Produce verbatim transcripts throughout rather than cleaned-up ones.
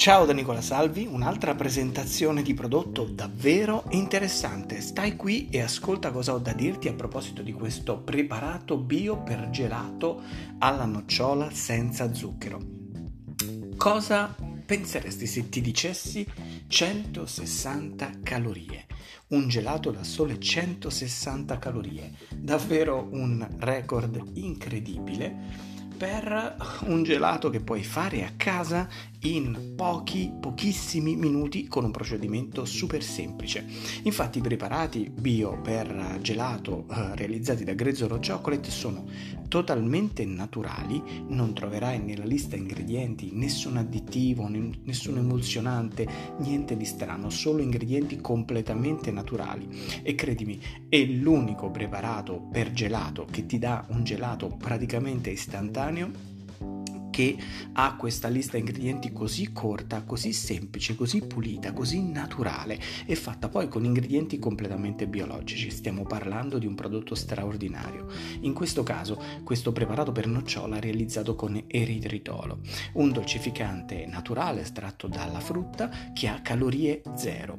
Ciao da Nicola Salvi, un'altra presentazione di prodotto davvero interessante. Stai qui e ascolta cosa ho da dirti a proposito di questo preparato bio per gelato alla nocciola senza zucchero. Cosa penseresti se ti dicessi centosessanta calorie? Un gelato da sole centosessanta calorie, davvero un record incredibile per un gelato che puoi fare a casa in pochi, pochissimi minuti con un procedimento super semplice. Infatti i preparati bio per gelato eh, realizzati da Grezzolo Chocolate sono totalmente naturali, non troverai nella lista ingredienti nessun additivo, nessun emulsionante, niente di strano, solo ingredienti completamente naturali e credimi, è l'unico preparato per gelato che ti dà un gelato praticamente istantaneo che ha questa lista ingredienti così corta, così semplice, così pulita, così naturale e fatta poi con ingredienti completamente biologici. Stiamo parlando di un prodotto straordinario. In questo caso, questo preparato per nocciola realizzato con eritritolo, un dolcificante naturale estratto dalla frutta che ha calorie zero.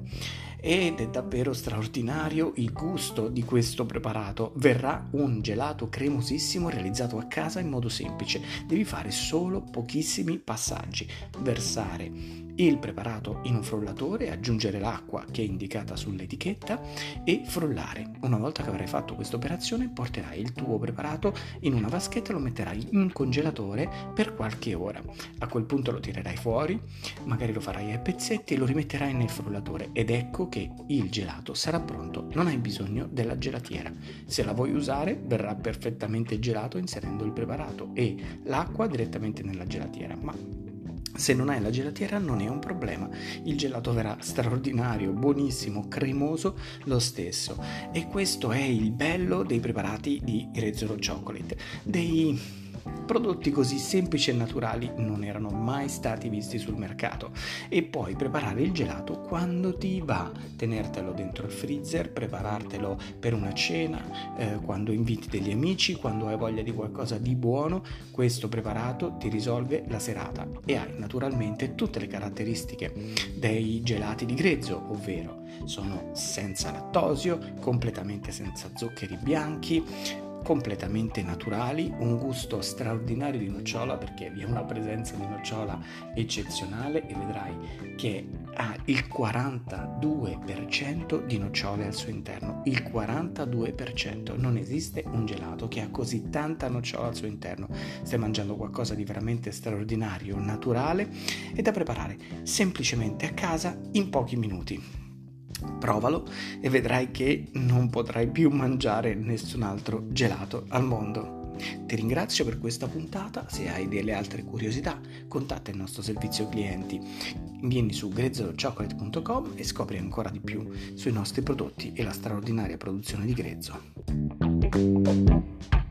Ed è davvero straordinario il gusto di questo preparato. Verrà un gelato cremosissimo realizzato a casa in modo semplice. Devi fare solo pochissimi passaggi: versare il preparato in un frullatore, aggiungere l'acqua che è indicata sull'etichetta e frullare. Una volta che avrai fatto questa operazione, porterai il tuo preparato in una vaschetta e lo metterai in congelatore per qualche ora. A quel punto lo tirerai fuori, magari lo farai a pezzetti e lo rimetterai nel frullatore ed ecco che il gelato sarà pronto. Non hai bisogno della gelatiera. Se la vuoi usare, verrà perfettamente gelato inserendo il preparato e l'acqua direttamente nella gelatiera, ma se non hai la gelatiera non è un problema, il gelato verrà straordinario, buonissimo, cremoso lo stesso. E questo è il bello dei preparati di Grezzolo Chocolate. Dei prodotti così semplici e naturali non erano mai stati visti sul mercato. E puoi preparare il gelato quando ti va, tenertelo dentro il freezer, preparartelo per una cena, eh, quando inviti degli amici, quando hai voglia di qualcosa di buono. Questo preparato ti risolve la serata e hai naturalmente tutte le caratteristiche dei gelati di grezzo, ovvero sono senza lattosio, completamente senza zuccheri bianchi, completamente naturali, un gusto straordinario di nocciola perché vi è una presenza di nocciola eccezionale e vedrai che ha il quarantadue per cento di nocciole al suo interno. Il quarantadue per cento. Non esiste un gelato che ha così tanta nocciola al suo interno. Stai mangiando qualcosa di veramente straordinario, naturale e da preparare semplicemente a casa in pochi minuti. Provalo e vedrai che non potrai più mangiare nessun altro gelato al mondo. Ti ringrazio per questa puntata. Se hai delle altre curiosità, contatta il nostro servizio clienti. Vieni su grezzolo chocolate punto com e scopri ancora di più sui nostri prodotti e la straordinaria produzione di grezzo.